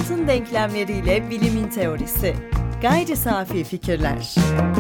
hayatın denklemleriyle bilimin teorisi. Gayri safi fikirler.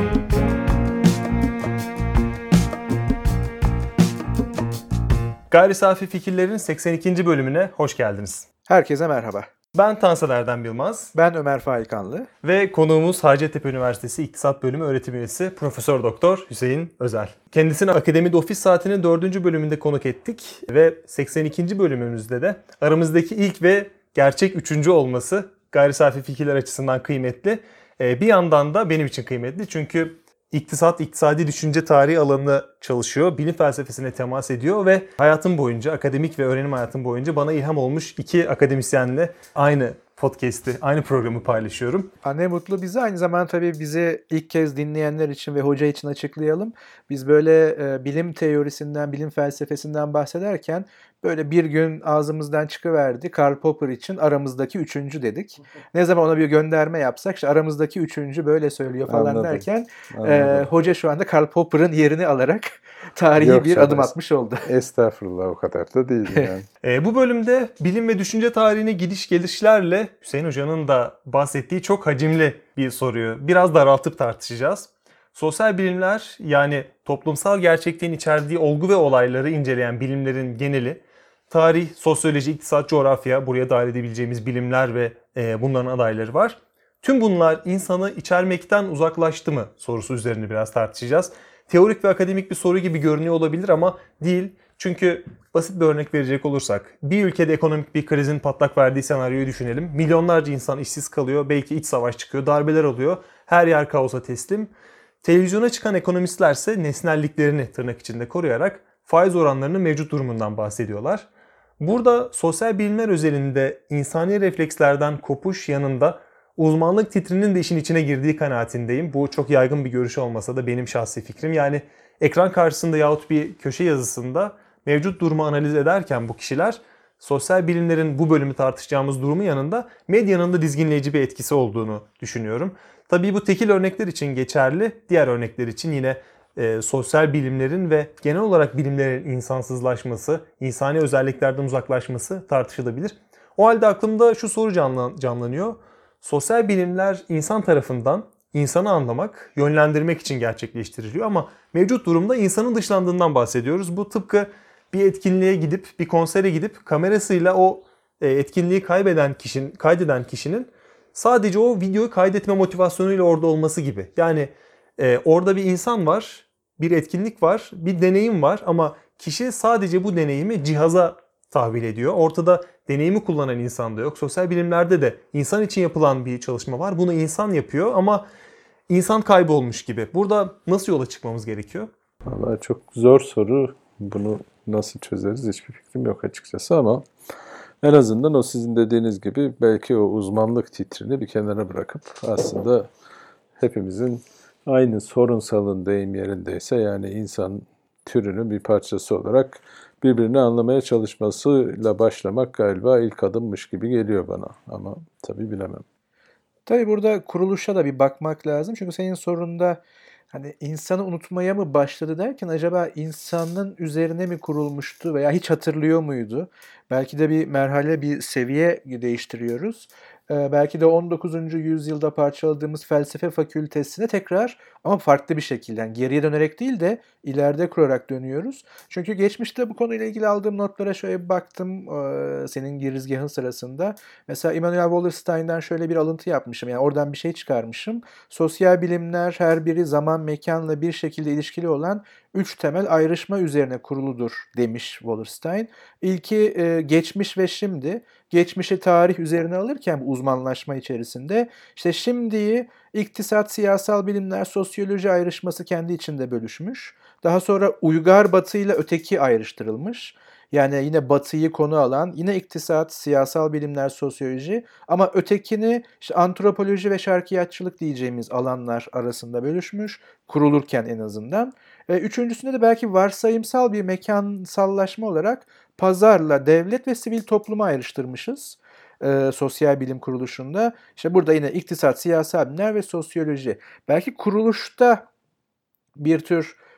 Gayri safi fikirlerin 82. bölümüne hoş geldiniz. Herkese merhaba. Ben Tansel Erdem Yılmaz. Ben Ömer Faikanlı. Ve konuğumuz Hacettepe Üniversitesi İktisat Bölümü öğretim üyesi Profesör Doktor Hüseyin Özel. Kendisini Akademide Ofis Saati'nin 4. bölümünde konuk ettik ve 82. bölümümüzde de aramızdaki ilk ve gerçek 3. olması gayri safi fikirler açısından kıymetli. Bir yandan da benim için kıymetli çünkü iktisadi düşünce tarihi alanında çalışıyor, bilim felsefesine temas ediyor ve hayatım boyunca, akademik ve öğrenim hayatım boyunca bana ilham olmuş iki akademisyenle aynı podcast'i, aynı programı paylaşıyorum. Ne mutlu bize. Aynı zamanda tabii bizi ilk kez dinleyenler için ve hoca için açıklayalım. Biz böyle bilim teorisinden, bilim felsefesinden bahsederken böyle bir gün ağzımızdan çıkıverdi. Karl Popper için aramızdaki 3. dedik. Ne zaman ona bir gönderme yapsak işte aramızdaki 3. böyle söylüyor falan Anladım. derken hoca şu anda Karl Popper'ın yerini alarak tarihi Yok bir canım, adım atmış oldu. Estağfurullah, o kadar da değil yani. Bu bölümde bilim ve düşünce tarihine gidiş gelişlerle Hüseyin Hoca'nın da bahsettiği çok hacimli bir soruyu biraz daraltıp tartışacağız. Sosyal bilimler, yani toplumsal gerçekliğin içerdiği olgu ve olayları inceleyen bilimlerin geneli, tarih, sosyoloji, iktisat, coğrafya, buraya dahil edebileceğimiz bilimler ve bunların adayları var. Tüm bunlar insanı içermekten uzaklaştı mı sorusu üzerine biraz tartışacağız. Teorik ve akademik bir soru gibi görünüyor olabilir ama değil. Çünkü basit bir örnek verecek olursak, bir ülkede ekonomik bir krizin patlak verdiği senaryoyu düşünelim. Milyonlarca insan işsiz kalıyor, belki iç savaş çıkıyor, darbeler oluyor, her yer kaosa teslim. Televizyona çıkan ekonomistlerse nesnelliklerini tırnak içinde koruyarak faiz oranlarının mevcut durumundan bahsediyorlar. Burada sosyal bilimler özelinde insani reflekslerden kopuş yanında uzmanlık titrinin de işin içine girdiği kanaatindeyim. Bu çok yaygın bir görüş olmasa da benim şahsi fikrim. Yani ekran karşısında yahut bir köşe yazısında mevcut durumu analiz ederken bu kişiler sosyal bilimlerin bu bölümü tartışacağımız durumu yanında medyanın da dizginleyici bir etkisi olduğunu düşünüyorum. Tabii bu tekil örnekler için geçerli. Diğer örnekler için yine sosyal bilimlerin ve genel olarak bilimlerin insansızlaşması, insani özelliklerden uzaklaşması tartışılabilir. O halde aklımda şu soru canlanıyor. Sosyal bilimler insan tarafından insanı anlamak, yönlendirmek için gerçekleştiriliyor ama mevcut durumda insanın dışlandığından bahsediyoruz. Bu tıpkı bir etkinliğe gidip, bir konsere gidip kamerasıyla o etkinliği kaydeden kişinin sadece o videoyu kaydetme motivasyonuyla orada olması gibi. Yani orada bir insan var, bir etkinlik var, bir deneyim var ama kişi sadece bu deneyimi cihaza tahvil ediyor. Ortada deneyimi kullanan insan da yok. Sosyal bilimlerde de insan için yapılan bir çalışma var. Bunu insan yapıyor ama insan kaybolmuş gibi. Burada nasıl yola çıkmamız gerekiyor? Vallahi çok zor soru. Bunu nasıl çözeriz hiçbir fikrim yok açıkçası ama en azından o sizin dediğiniz gibi belki o uzmanlık titrini bir kenara bırakıp aslında hepimizin aynı sorunsalın deyim yerindeyse yani insan türünün bir parçası olarak birbirini anlamaya çalışmasıyla başlamak galiba ilk adımmış gibi geliyor bana ama tabii bilemem. Tabii burada kuruluşa da bir bakmak lazım. Çünkü senin sorunda hani insanı unutmaya mı başladı derken acaba insanın üzerine mi kurulmuştu veya hiç hatırlıyor muydu? Belki de bir merhale, bir seviye değiştiriyoruz. Belki de 19. yüzyılda parçaladığımız felsefe fakültesine tekrar ama farklı bir şekilde, yani geriye dönerek değil de ileride kurarak dönüyoruz. Çünkü geçmişte bu konuyla ilgili aldığım notlara şöyle bir baktım senin girizgahın sırasında. Mesela Immanuel Wallerstein'den şöyle bir alıntı yapmışım, yani oradan bir şey çıkarmışım. Sosyal bilimler her biri zaman mekanla bir şekilde ilişkili olan 3 temel ayrışma üzerine kuruludur demiş Wallerstein. İlki geçmiş ve şimdi. Geçmişi tarih üzerine alırken bu uzmanlaşma içerisinde işte şimdiyi iktisat, siyasal bilimler, sosyoloji ayrışması kendi içinde bölüşmüş. Daha sonra uygar batı ile öteki ayrıştırılmış. Yani yine batıyı konu alan, yine iktisat, siyasal bilimler, sosyoloji ama ötekini işte antropoloji ve şarkiyatçılık diyeceğimiz alanlar arasında bölüşmüş, kurulurken en azından. Üçüncüsünde de belki varsayımsal bir mekansallaşma olarak pazarla devlet ve sivil toplumu ayrıştırmışız. Sosyal bilim kuruluşunda. İşte burada yine iktisat, siyasal bilimler ve sosyoloji. Belki kuruluşta bir tür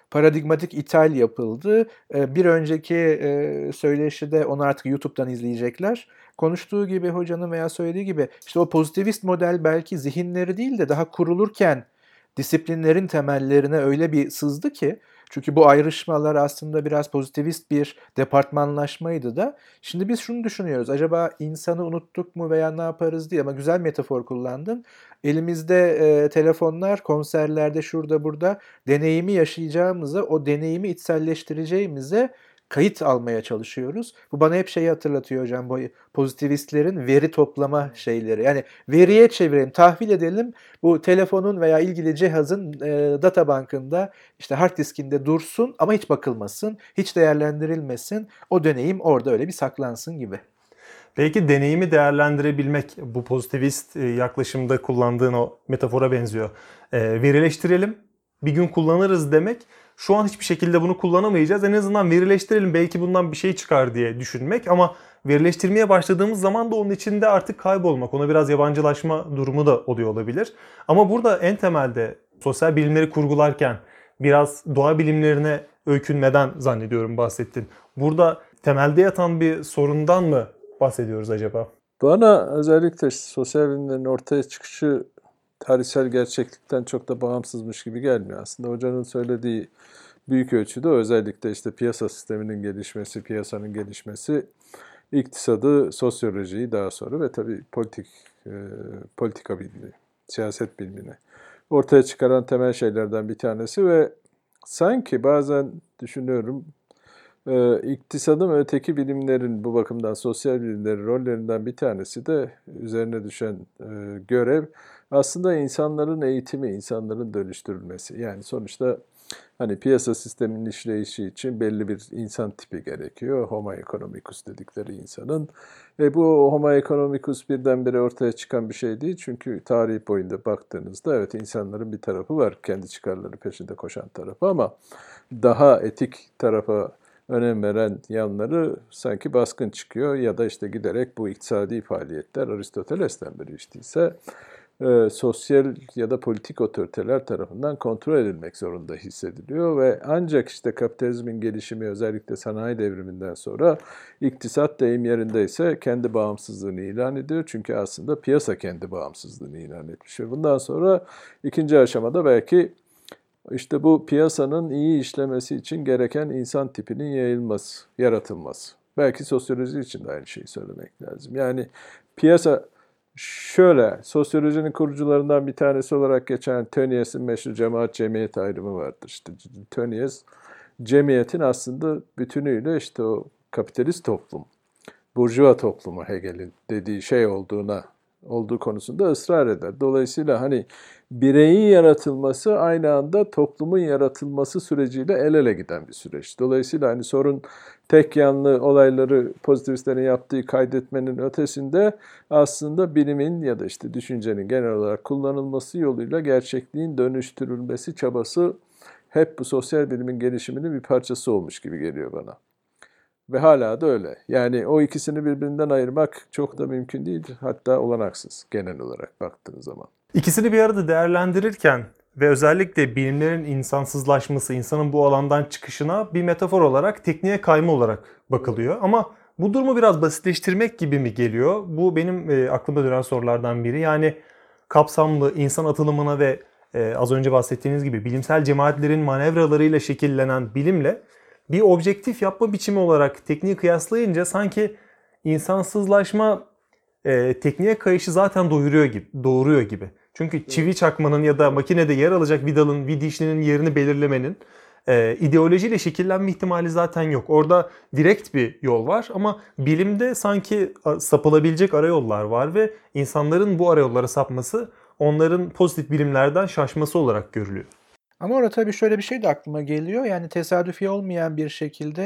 paradigmatik ithal yapıldı. Bir önceki söyleşide onu artık YouTube'dan izleyecekler. Konuştuğu gibi hocanın veya söylediği gibi işte o pozitivist model belki zihinleri değil de daha kurulurken disiplinlerin temellerine öyle bir sızdı ki, çünkü bu ayrışmalar aslında biraz pozitivist bir departmanlaşmaydı da. Şimdi biz şunu düşünüyoruz. Acaba insanı unuttuk mu veya ne yaparız diye, ama güzel metafor kullandın. Elimizde telefonlar, konserlerde, şurada burada deneyimi yaşayacağımıza, o deneyimi içselleştireceğimize kayıt almaya çalışıyoruz. Bu bana hep şeyi hatırlatıyor hocam, bu pozitivistlerin veri toplama şeyleri. Yani veriye çevirelim, tahvil edelim, bu telefonun veya ilgili cihazın data bankında, işte hard diskinde dursun ama hiç bakılmasın, hiç değerlendirilmesin. O deneyim orada öyle bir saklansın gibi. Belki deneyimi değerlendirebilmek, bu pozitivist yaklaşımda kullandığın o metafora benziyor. Verileştirelim, bir gün kullanırız demek. Şu an hiçbir şekilde bunu kullanamayacağız. En azından verileştirelim, belki bundan bir şey çıkar diye düşünmek. Ama verileştirmeye başladığımız zaman da onun içinde artık kaybolmak, ona biraz yabancılaşma durumu da oluyor olabilir. Ama burada en temelde sosyal bilimleri kurgularken biraz doğa bilimlerine öykünmeden zannediyorum bahsettin. Burada temelde yatan bir sorundan mı bahsediyoruz acaba? Bana özellikle sosyal bilimlerin ortaya çıkışı tarihsel gerçeklikten çok da bağımsızmış gibi gelmiyor. Aslında hocanın söylediği büyük ölçüde özellikle işte piyasa sisteminin gelişmesi, piyasanın gelişmesi, iktisadı, sosyolojiyi daha sonra ve tabii politika bilimini, siyaset bilimini ortaya çıkaran temel şeylerden bir tanesi ve sanki bazen düşünüyorum iktisadın ve öteki bilimlerin, bu bakımdan sosyal bilimlerin rollerinden bir tanesi de üzerine düşen görev aslında insanların eğitimi, insanların dönüştürülmesi. Yani sonuçta hani piyasa sisteminin işleyişi için belli bir insan tipi gerekiyor. Homo economicus dedikleri insanın. Bu Homo economicus birdenbire ortaya çıkan bir şey değil. Çünkü tarih boyunca baktığınızda evet insanların bir tarafı var. Kendi çıkarları peşinde koşan tarafı ama daha etik tarafa önem veren yanları sanki baskın çıkıyor ya da işte giderek bu iktisadi faaliyetler Aristoteles'ten beri işteyse sosyal ya da politik otoriteler tarafından kontrol edilmek zorunda hissediliyor ve ancak işte kapitalizmin gelişimi özellikle sanayi devriminden sonra iktisat deyim yerindeyse kendi bağımsızlığını ilan ediyor. Çünkü aslında piyasa kendi bağımsızlığını ilan etmiş ve bundan sonra ikinci aşamada belki İşte bu piyasanın iyi işlemesi için gereken insan tipinin yayılması, yaratılması. Belki sosyoloji için de aynı şeyi söylemek lazım. Yani piyasa şöyle, sosyolojinin kurucularından bir tanesi olarak geçen Tönnies'in meşhur cemaat-cemiyet ayrımı vardır. İşte Tönnies, cemiyetin aslında bütünüyle işte o kapitalist toplum, burjuva toplumu Hegel'in dediği şey olduğu konusunda ısrar eder. Dolayısıyla hani bireyin yaratılması aynı anda toplumun yaratılması süreciyle el ele giden bir süreç. Dolayısıyla hani sorun tek yanlı olayları pozitivistlerin yaptığı kaydetmenin ötesinde aslında bilimin ya da işte düşüncenin genel olarak kullanılması yoluyla gerçekliğin dönüştürülmesi çabası hep bu sosyal bilimin gelişiminin bir parçası olmuş gibi geliyor bana. Ve hala da öyle. Yani o ikisini birbirinden ayırmak çok da mümkün değil. Hatta olanaksız genel olarak baktığınız zaman. İkisini bir arada değerlendirirken ve özellikle bilimlerin insansızlaşması, insanın bu alandan çıkışına bir metafor olarak tekniğe kayma olarak bakılıyor. Ama bu durumu biraz basitleştirmek gibi mi geliyor? Bu benim aklıma dönen sorulardan biri. Yani kapsamlı insan atılımına ve az önce bahsettiğiniz gibi bilimsel cemaatlerin manevralarıyla şekillenen bilimle bir objektif yapma biçimi olarak tekniği kıyaslayınca sanki insansızlaşma tekniğe kayışı zaten doğuruyor gibi. Çünkü çivi çakmanın ya da makinede yer alacak vidalın, dişlinin yerini belirlemenin ideolojiyle şekillenme ihtimali zaten yok. Orada direkt bir yol var ama bilimde sanki sapılabilecek arayollar var ve insanların bu arayollara sapması onların pozitif bilimlerden şaşması olarak görülüyor. Ama orada tabii şöyle bir şey de aklıma geliyor. Yani tesadüfi olmayan bir şekilde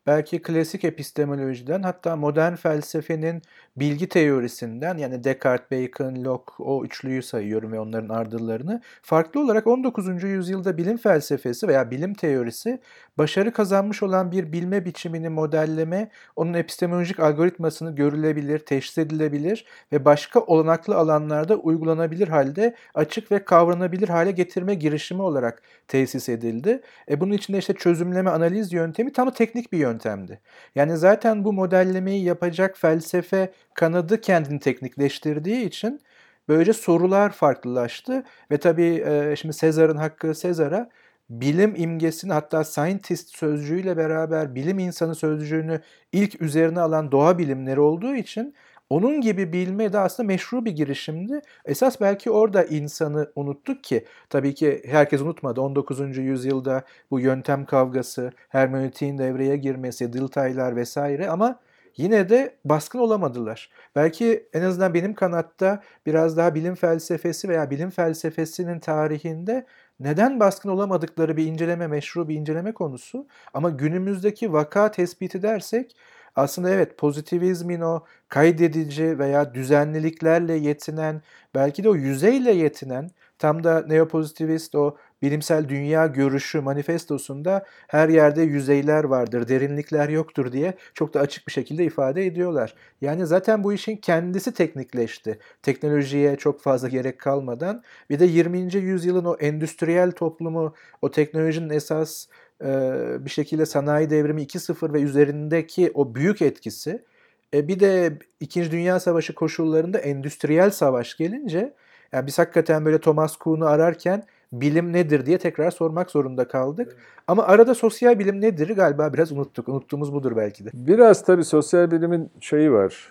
belki klasik epistemolojiden, hatta modern felsefenin bilgi teorisinden, yani Descartes, Bacon, Locke, o üçlüyü sayıyorum ve onların ardıllarını, farklı olarak 19. yüzyılda bilim felsefesi veya bilim teorisi başarı kazanmış olan bir bilme biçimini modelleme, onun epistemolojik algoritmasını görülebilir, teşhis edilebilir ve başka olanaklı alanlarda uygulanabilir halde açık ve kavranabilir hale getirme girişimi olarak tesis edildi. Bunun içinde işte çözümleme analiz yöntemi tam teknik bir yöntemdi. Yani zaten bu modellemeyi yapacak felsefe kanadı kendini teknikleştirdiği için böylece sorular farklılaştı ve tabii şimdi Sezar'ın hakkı Sezar'a, bilim imgesini, hatta scientist sözcüğüyle beraber bilim insanı sözcüğünü ilk üzerine alan doğa bilimleri olduğu için onun gibi bilme de aslında meşru bir girişimdi. Esas belki orada insanı unuttuk ki, tabii ki herkes unutmadı. 19. yüzyılda bu yöntem kavgası, hermeneutiğin devreye girmesi, Dilthey'ler vesaire, ama yine de baskın olamadılar. Belki en azından benim kanatta biraz daha bilim felsefesi veya bilim felsefesinin tarihinde neden baskın olamadıkları bir inceleme, meşru bir inceleme konusu. Ama günümüzdeki vaka tespiti dersek, aslında evet, pozitivizmin o kaydedici veya düzenliliklerle yetinen, belki de o yüzeyle yetinen, tam da neopozitivist o bilimsel dünya görüşü manifestosunda her yerde yüzeyler vardır, derinlikler yoktur diye çok da açık bir şekilde ifade ediyorlar. Yani zaten bu işin kendisi teknikleşti. Teknolojiye çok fazla gerek kalmadan. Bir de 20. yüzyılın o endüstriyel toplumu, o teknolojinin esas bir şekilde sanayi devrimi 2.0 ve üzerindeki o büyük etkisi, bir de İkinci Dünya Savaşı koşullarında endüstriyel savaş gelince, yani biz hakikaten böyle Thomas Kuhn'u ararken bilim nedir diye tekrar sormak zorunda kaldık. Evet. Ama arada sosyal bilim nedir galiba biraz unuttuk. Unuttuğumuz budur belki de. Biraz tabii sosyal bilimin şeyi var.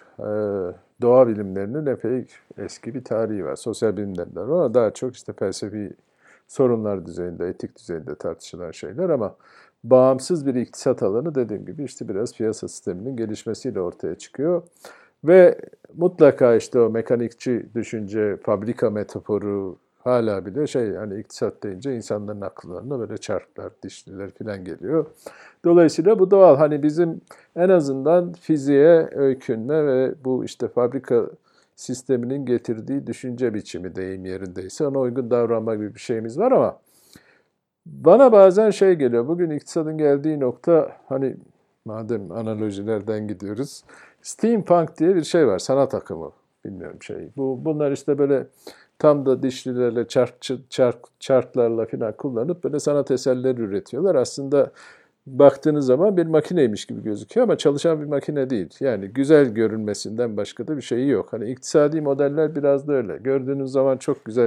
Doğa bilimlerinin epey eski bir tarihi var. Sosyal bilimler de var ama daha çok işte felsefi sorunlar düzeyinde, etik düzeyinde tartışılan şeyler, ama bağımsız bir iktisat alanı dediğim gibi işte biraz piyasa sisteminin gelişmesiyle ortaya çıkıyor. Ve mutlaka işte o mekanikçi düşünce, fabrika metaforu hala bile hani iktisat deyince insanların akıllarına böyle çarklar, dişliler falan geliyor. Dolayısıyla bu doğal. Hani bizim en azından fiziğe öykünme ve bu işte fabrika sisteminin getirdiği düşünce biçimi, deyim yerindeyse, ona uygun davranma gibi bir şeyimiz var, ama bana bazen şey geliyor. Bugün iktisadın geldiği nokta, hani madem analojilerden gidiyoruz, steampunk diye bir şey var, sanat akımı, bilmiyorum şey. Bunlar işte böyle tam da dişlilerle, çarklarla falan kullanıp böyle sanat eserleri üretiyorlar. Aslında baktığınız zaman bir makineymiş gibi gözüküyor ama çalışan bir makine değil. Yani güzel görünmesinden başka da bir şeyi yok. Hani iktisadi modeller biraz da öyle. Gördüğünüz zaman çok güzel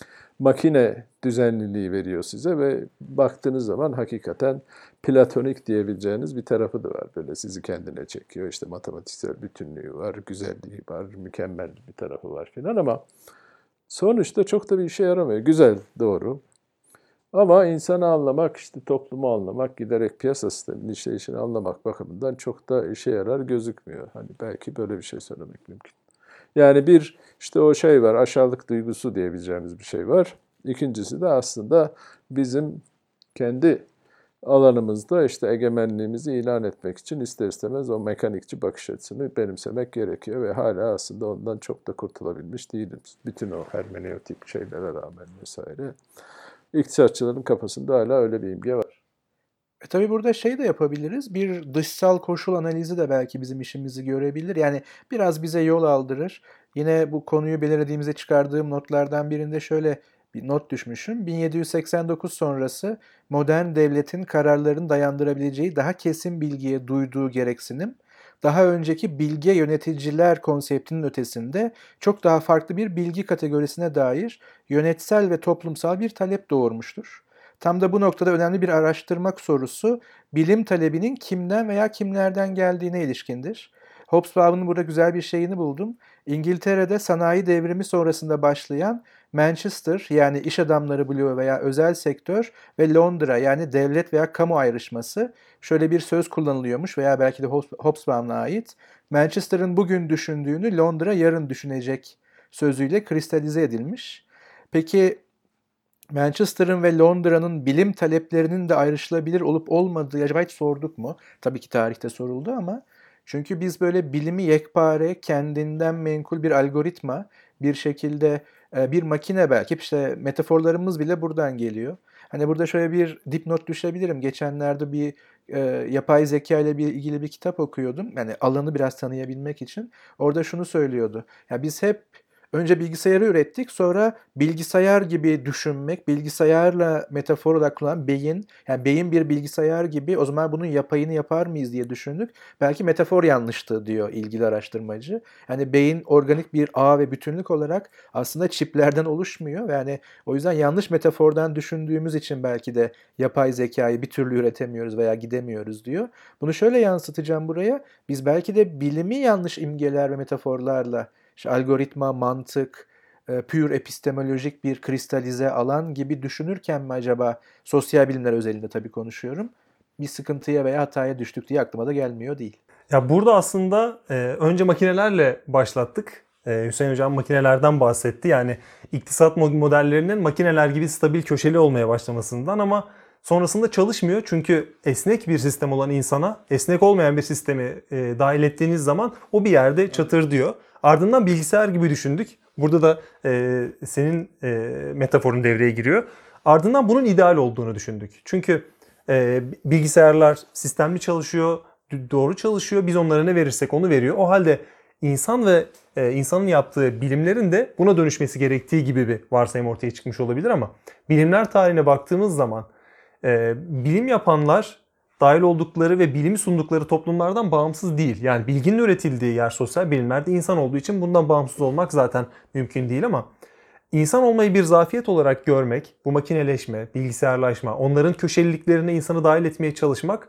makine düzenliliği veriyor size ve baktığınız zaman hakikaten platonik diyebileceğiniz bir tarafı da var. Böyle sizi kendine çekiyor. İşte matematiksel bütünlüğü var, güzelliği var, mükemmel bir tarafı var filan, ama sonuçta çok da bir işe yaramıyor. Güzel, doğru. Ama insanı anlamak, işte toplumu anlamak, giderek piyasa sisteminin işleyişini anlamak bakımından çok da işe yarar gözükmüyor. Hani belki böyle bir şey söylemek mümkün. Yani bir işte o şey var, aşağılık duygusu diyebileceğimiz bir şey var. İkincisi de aslında bizim kendi alanımızda işte egemenliğimizi ilan etmek için ister istemez o mekanikçi bakış açısını benimsemek gerekiyor ve hala aslında ondan çok da kurtulabilmiş değiliz. Bütün o hermeneutik şeylere rağmen vesaire. İktisatçıların kafasında hala öyle bir imge var. Tabii burada şey de yapabiliriz. Bir dışsal koşul analizi de belki bizim işimizi görebilir. Yani biraz bize yol aldırır. Yine bu konuyu belirlediğimizde çıkardığım notlardan birinde şöyle bir not düşmüşüm. 1789 sonrası modern devletin kararlarını dayandırabileceği daha kesin bilgiye duyduğu gereksinim, daha önceki bilge yöneticiler konseptinin ötesinde çok daha farklı bir bilgi kategorisine dair yönetsel ve toplumsal bir talep doğurmuştur. Tam da bu noktada önemli bir araştırmak sorusu, bilim talebinin kimden veya kimlerden geldiğine ilişkindir. Hobsbawm'ın burada güzel bir şeyini buldum. İngiltere'de sanayi devrimi sonrasında başlayan Manchester, yani iş adamları bloğu veya özel sektör, ve Londra, yani devlet veya kamu ayrışması, şöyle bir söz kullanılıyormuş veya belki de Hobsbawm'a ait. Manchester'ın bugün düşündüğünü Londra yarın düşünecek sözüyle kristalize edilmiş. Peki Manchester'ın ve Londra'nın bilim taleplerinin de ayrışılabilir olup olmadığı acaba hiç sorduk mu? Tabii ki tarihte soruldu ama çünkü biz böyle bilimi yekpare, kendinden menkul bir algoritma, bir şekilde bir makine belki işte metaforlarımız bile buradan geliyor. Hani burada şöyle bir dipnot düşebilirim. Geçenlerde bir yapay zeka ile ilgili bir kitap okuyordum. Yani alanı biraz tanıyabilmek için. Orada şunu söylüyordu. Ya biz hep önce bilgisayarı ürettik, sonra bilgisayar gibi düşünmek, bilgisayarla metafor olarak kullanılan beyin, yani beyin bir bilgisayar gibi, o zaman bunun yapayını yapar mıyız diye düşündük. Belki metafor yanlıştı diyor ilgili araştırmacı. Yani beyin organik bir ağ ve bütünlük olarak aslında çiplerden oluşmuyor. Yani o yüzden yanlış metafordan düşündüğümüz için belki de yapay zekayı bir türlü üretemiyoruz veya gidemiyoruz diyor. Bunu şöyle yansıtacağım buraya. Biz belki de bilimi yanlış imgeler ve metaforlarla İşte algoritma, mantık, pure epistemolojik bir kristalize alan gibi düşünürken mi acaba, sosyal bilimler özelinde tabii konuşuyorum, bir sıkıntıya veya hataya düştük diye aklıma da gelmiyor değil. Ya burada aslında önce makinelerle başlattık. Hüseyin Hocam makinelerden bahsetti. Yani iktisat modellerinin makineler gibi stabil, köşeli olmaya başlamasından, ama sonrasında çalışmıyor. Çünkü esnek bir sistem olan insana esnek olmayan bir sistemi dahil ettiğiniz zaman o bir yerde çatır diyor. Ardından bilgisayar gibi düşündük. Burada da senin metaforun devreye giriyor. Ardından bunun ideal olduğunu düşündük. Çünkü bilgisayarlar sistemli çalışıyor, doğru çalışıyor. Biz onlara ne verirsek onu veriyor. O halde insan ve insanın yaptığı bilimlerin de buna dönüşmesi gerektiği gibi bir varsayım ortaya çıkmış olabilir, ama bilimler tarihine baktığımız zaman bilim yapanlar dahil oldukları ve bilimi sundukları toplumlardan bağımsız değil. Yani bilginin üretildiği yer sosyal bilimlerde insan olduğu için bundan bağımsız olmak zaten mümkün değil, ama insan olmayı bir zafiyet olarak görmek, bu makineleşme, bilgisayarlaşma, onların köşeliliklerine insanı dahil etmeye çalışmak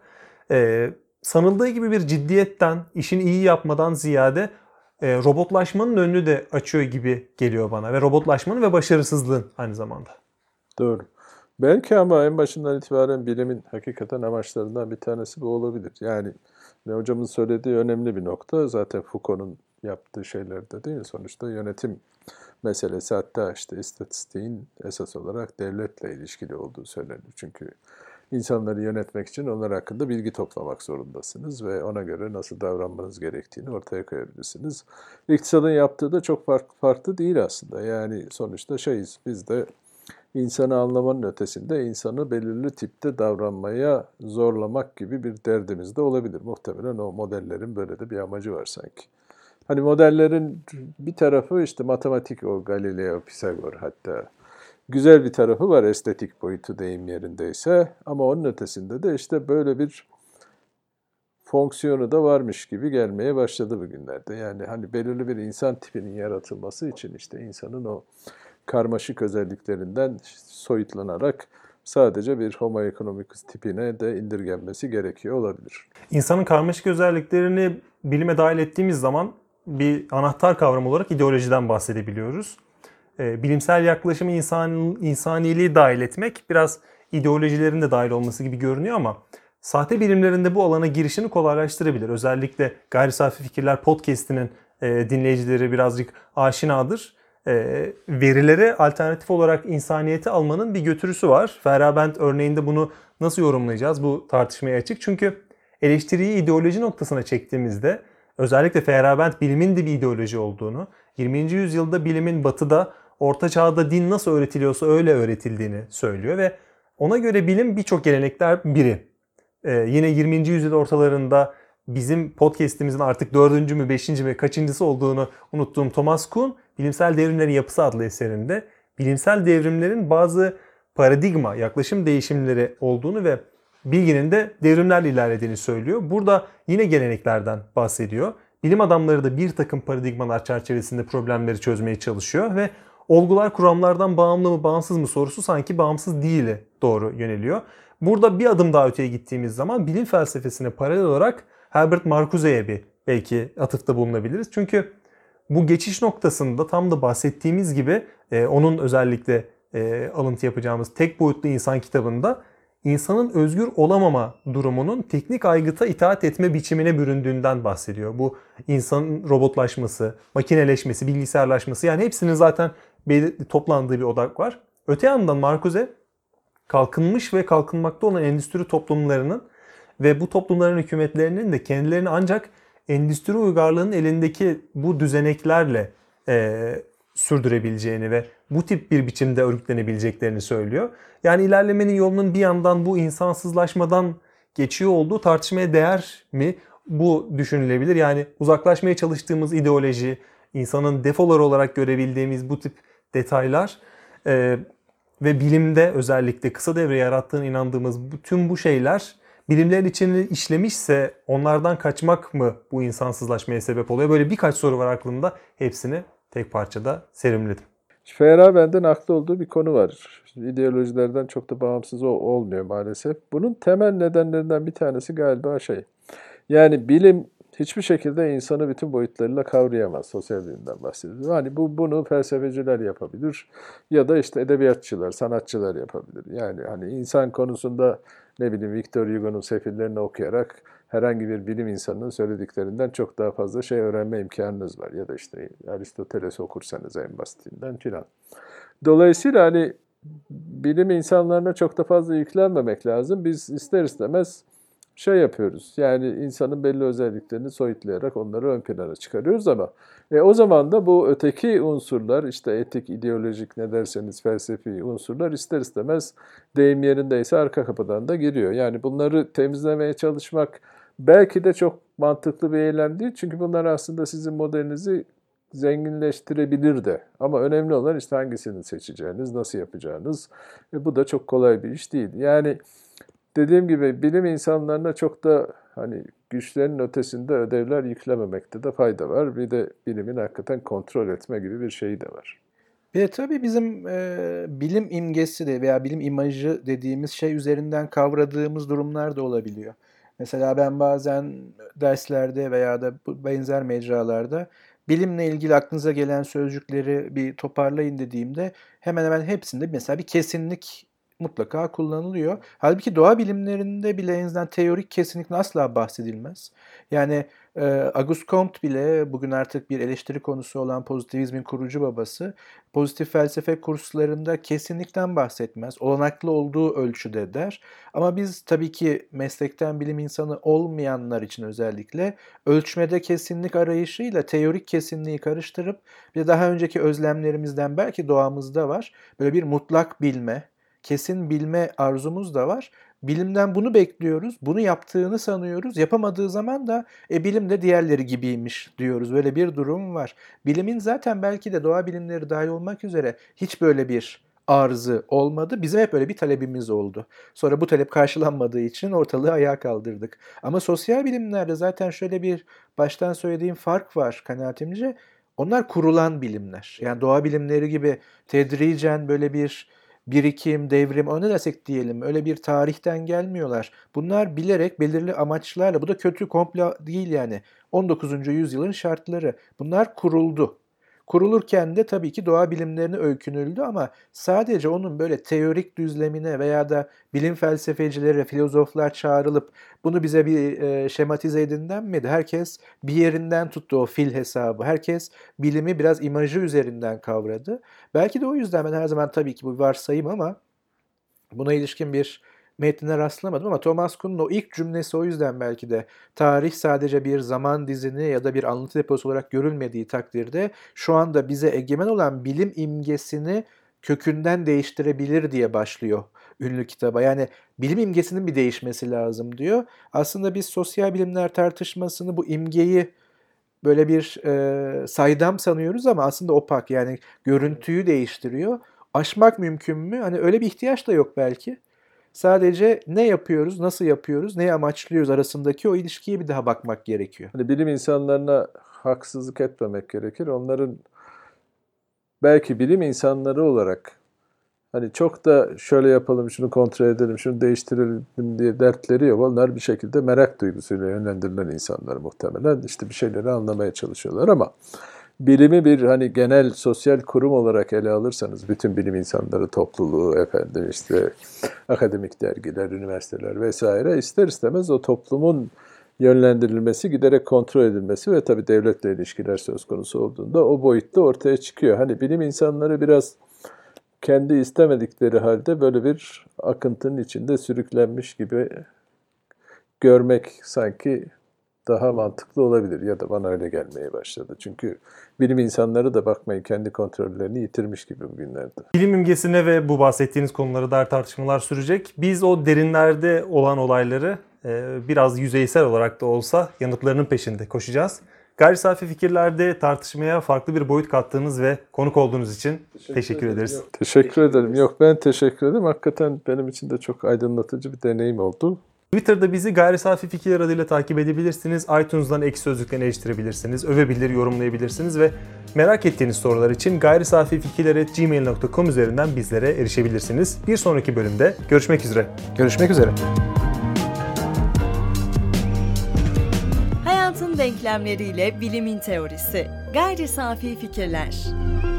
sanıldığı gibi bir ciddiyetten, işini iyi yapmadan ziyade robotlaşmanın önünü de açıyor gibi geliyor bana, ve robotlaşmanın ve başarısızlığın aynı zamanda. Doğru. Belki ama en başından itibaren bilimin hakikaten amaçlarından bir tanesi bu olabilir. Yani hocamın söylediği önemli bir nokta. Zaten Foucault'un yaptığı şeylerde değil. Sonuçta yönetim meselesi, hatta işte istatistiğin esas olarak devletle ilişkili olduğu söylenir. Çünkü insanları yönetmek için onlar hakkında bilgi toplamak zorundasınız ve ona göre nasıl davranmanız gerektiğini ortaya koyabilirsiniz. İktisadın yaptığı da çok farklı değil aslında. Yani sonuçta biz de İnsanı anlamanın ötesinde insanı belirli tipte davranmaya zorlamak gibi bir derdimiz de olabilir. Muhtemelen o modellerin böyle de bir amacı var sanki. Hani modellerin bir tarafı işte matematik, o Galileo, Pisagor, hatta güzel bir tarafı var, estetik boyutu deyim yerindeyse, ama onun ötesinde de işte böyle bir fonksiyonu da varmış gibi gelmeye başladı bugünlerde. Yani hani belirli bir insan tipinin yaratılması için işte insanın o karmaşık özelliklerinden soyutlanarak sadece bir Homo economicus tipine de indirgenmesi gerekiyor olabilir. İnsanın karmaşık özelliklerini bilime dahil ettiğimiz zaman bir anahtar kavram olarak ideolojiden bahsedebiliyoruz. Bilimsel yaklaşımı insaniyeliği dahil etmek biraz ideolojilerin de dahil olması gibi görünüyor, ama sahte bilimlerinde bu alana girişini kolaylaştırabilir. Özellikle Gayri Safi Fikirler podcast'inin dinleyicileri birazcık aşinadır. Verilere alternatif olarak insaniyeti almanın bir götürüsü var. Feyerabend örneğinde bunu nasıl yorumlayacağız? Bu tartışmaya açık. Çünkü eleştiriyi ideoloji noktasına çektiğimizde, özellikle Feyerabend bilimin de bir ideoloji olduğunu, 20. yüzyılda bilimin batıda, Orta Çağ'da din nasıl öğretiliyorsa öyle öğretildiğini söylüyor ve ona göre bilim birçok gelenekler biri. Yine 20. yüzyıl ortalarında bizim podcast'imizin artık 4. mü 5. mi kaçıncısı olduğunu unuttuğum Thomas Kuhn, Bilimsel Devrimlerin Yapısı adlı eserinde bilimsel devrimlerin bazı paradigma, yaklaşım değişimleri olduğunu ve bilginin de devrimlerle ilerlediğini söylüyor. Burada yine geleneklerden bahsediyor. Bilim adamları da bir takım paradigmalar çerçevesinde problemleri çözmeye çalışıyor ve olgular kuramlardan bağımlı mı bağımsız mı sorusu sanki bağımsız değil'e doğru yöneliyor. Burada bir adım daha öteye gittiğimiz zaman bilim felsefesine paralel olarak Herbert Marcuse'ye bir belki atıfta bulunabiliriz. Çünkü bu geçiş noktasında tam da bahsettiğimiz gibi onun özellikle alıntı yapacağımız Tek Boyutlu İnsan kitabında insanın özgür olamama durumunun teknik aygıta itaat etme biçimine büründüğünden bahsediyor. Bu insanın robotlaşması, makineleşmesi, bilgisayarlaşması, yani hepsinin zaten toplandığı bir odak var. Öte yandan Marcuse kalkınmış ve kalkınmakta olan endüstri toplumlarının ve bu toplumların hükümetlerinin de kendilerini ancak endüstri uygarlığının elindeki bu düzeneklerle sürdürebileceğini ve bu tip bir biçimde örgütlenebileceklerini söylüyor. Yani ilerlemenin yolunun bir yandan bu insansızlaşmadan geçiyor olduğu tartışmaya değer mi? Bu düşünülebilir. Yani uzaklaşmaya çalıştığımız ideoloji, insanın defoları olarak görebildiğimiz bu tip detaylar ve bilimde özellikle kısa devre yarattığına inandığımız tüm bu şeyler bilimlerin içine işlemişse onlardan kaçmak mı bu insansızlaşmaya sebep oluyor? Böyle birkaç soru var aklımda. Hepsini tek parçada serimledim. Feyerabend'in haklı olduğu bir konu var. Şimdi ideolojilerden çok da bağımsız olmuyor maalesef. Bunun temel nedenlerinden bir tanesi galiba yani bilim hiçbir şekilde insanı bütün boyutlarıyla kavrayamaz. Sosyal bilimden bahsediyoruz. Hani bunu felsefeciler yapabilir ya da işte edebiyatçılar, sanatçılar yapabilir. Yani hani insan konusunda ne bileyim Victor Hugo'nun Sefillerini okuyarak herhangi bir bilim insanının söylediklerinden çok daha fazla şey öğrenme imkanınız var. Ya da işte Aristoteles'i okursanız en basitinden filan. Dolayısıyla hani bilim insanlarına çok da fazla yüklenmemek lazım. Biz ister istemez yapıyoruz. Yani insanın belli özelliklerini soyutlayarak onları ön plana çıkarıyoruz ama o zaman da bu öteki unsurlar işte etik, ideolojik ne derseniz felsefi unsurlar ister istemez deyim yerindeyse arka kapıdan da giriyor. Yani bunları temizlemeye çalışmak belki de çok mantıklı bir eylem değil. Çünkü bunlar aslında sizin modelinizi zenginleştirebilir de. Ama önemli olan işte hangisini seçeceğiniz, nasıl yapacağınız. Bu da çok kolay bir iş değil. Yani dediğim gibi bilim insanlarına çok da hani güçlerinin ötesinde ödevler yüklememekte de fayda var. Bir de bilimin hakikaten kontrol etme gibi bir şeyi de var. Ve tabii bizim bilim imgesi de veya bilim imajı dediğimiz şey üzerinden kavradığımız durumlar da olabiliyor. Mesela ben bazen derslerde veya da benzer mecralarda bilimle ilgili aklınıza gelen sözcükleri bir toparlayın dediğimde hemen hemen hepsinde mesela bir kesinlik mutlaka kullanılıyor. Halbuki doğa bilimlerinde bile en azından teorik kesinlikle asla bahsedilmez. Yani Auguste Comte bile bugün artık bir eleştiri konusu olan pozitivizmin kurucu babası pozitif felsefe kurslarında kesinlikten bahsetmez. Olanaklı olduğu ölçüde der. Ama biz tabii ki meslekten bilim insanı olmayanlar için özellikle ölçmede kesinlik arayışıyla teorik kesinliği karıştırıp bir de daha önceki özlemlerimizden belki doğamızda var. Böyle bir mutlak bilme, kesin bilme arzumuz da var. Bilimden bunu bekliyoruz. Bunu yaptığını sanıyoruz. Yapamadığı zaman da bilim de diğerleri gibiymiş diyoruz. Böyle bir durum var. Bilimin zaten belki de doğa bilimleri dahil olmak üzere hiç böyle bir arzı olmadı. Bizim hep böyle bir talebimiz oldu. Sonra bu talep karşılanmadığı için ortalığı ayağa kaldırdık. Ama sosyal bilimlerde zaten şöyle bir baştan söylediğim fark var kanaatimce. Onlar kurulan bilimler. Yani doğa bilimleri gibi tedricen böyle bir birikim, devrim, o ne dersek diyelim öyle bir tarihten gelmiyorlar. Bunlar bilerek belirli amaçlarla, bu da kötü komplo değil yani. 19. yüzyılın şartları. Bunlar kuruldu. Kurulurken de tabii ki doğa bilimlerine öykünüldü ama sadece onun böyle teorik düzlemine veya da bilim felsefecileri, filozoflar çağrılıp bunu bize bir şematize edin denmedi. Herkes bir yerinden tuttu o fil hesabı. Herkes bilimi biraz imajı üzerinden kavradı. Belki de o yüzden ben her zaman tabii ki bu varsayım ama buna ilişkin bir metnine rastlamadım ama Thomas Kuhn'un o ilk cümlesi o yüzden belki de tarih sadece bir zaman dizini ya da bir anlatı deposu olarak görülmediği takdirde şu anda bize egemen olan bilim imgesini kökünden değiştirebilir diye başlıyor ünlü kitaba. Yani bilim imgesinin bir değişmesi lazım diyor. Aslında biz sosyal bilimler tartışmasını bu imgeyi böyle bir saydam sanıyoruz ama aslında opak yani görüntüyü değiştiriyor. Aşmak mümkün mü? Hani öyle bir ihtiyaç da yok belki. Sadece ne yapıyoruz, nasıl yapıyoruz, neyi amaçlıyoruz arasındaki o ilişkiye bir daha bakmak gerekiyor. Hani bilim insanlarına haksızlık etmemek gerekir. Onların belki bilim insanları olarak hani çok da şöyle yapalım, şunu kontrol edelim, şunu değiştirelim diye dertleri yok. Onlar bir şekilde merak duygusuyla yönlendirilen insanlar muhtemelen. İşte bir şeyleri anlamaya çalışıyorlar ama bilimi bir hani genel sosyal kurum olarak ele alırsanız bütün bilim insanları topluluğu, efendim işte akademik dergiler, üniversiteler vesaire ister istemez o toplumun yönlendirilmesi, giderek kontrol edilmesi ve tabii devletle ilişkiler söz konusu olduğunda o boyutta ortaya çıkıyor. Hani bilim insanları biraz kendi istemedikleri halde böyle bir akıntının içinde sürüklenmiş gibi görmek sanki daha mantıklı olabilir ya da bana öyle gelmeye başladı. Çünkü bilim insanları da bakmayın kendi kontrollerini yitirmiş gibi bugünlerde. Bilim imgesine ve bu bahsettiğiniz konulara dair tartışmalar sürecek. Biz o derinlerde olan olayları biraz yüzeysel olarak da olsa yanıtlarının peşinde koşacağız. Gayri safi fikirlerde tartışmaya farklı bir boyut kattığınız ve konuk olduğunuz için teşekkür ederiz. Teşekkür ederim. Yok, ben teşekkür ederim. Hakikaten benim için de çok aydınlatıcı bir deneyim oldu. Twitter'da bizi Gayri Safi Fikirler adıyla takip edebilirsiniz. iTunes'dan Ekşi Sözlük'ten eleştirebilirsiniz. Övebilir, yorumlayabilirsiniz ve merak ettiğiniz sorular için gayrisafifikirler@gmail.com üzerinden bizlere erişebilirsiniz. Bir sonraki bölümde görüşmek üzere. Görüşmek üzere. Hayatın denklemleriyle bilimin teorisi. Gayri safi fikirler.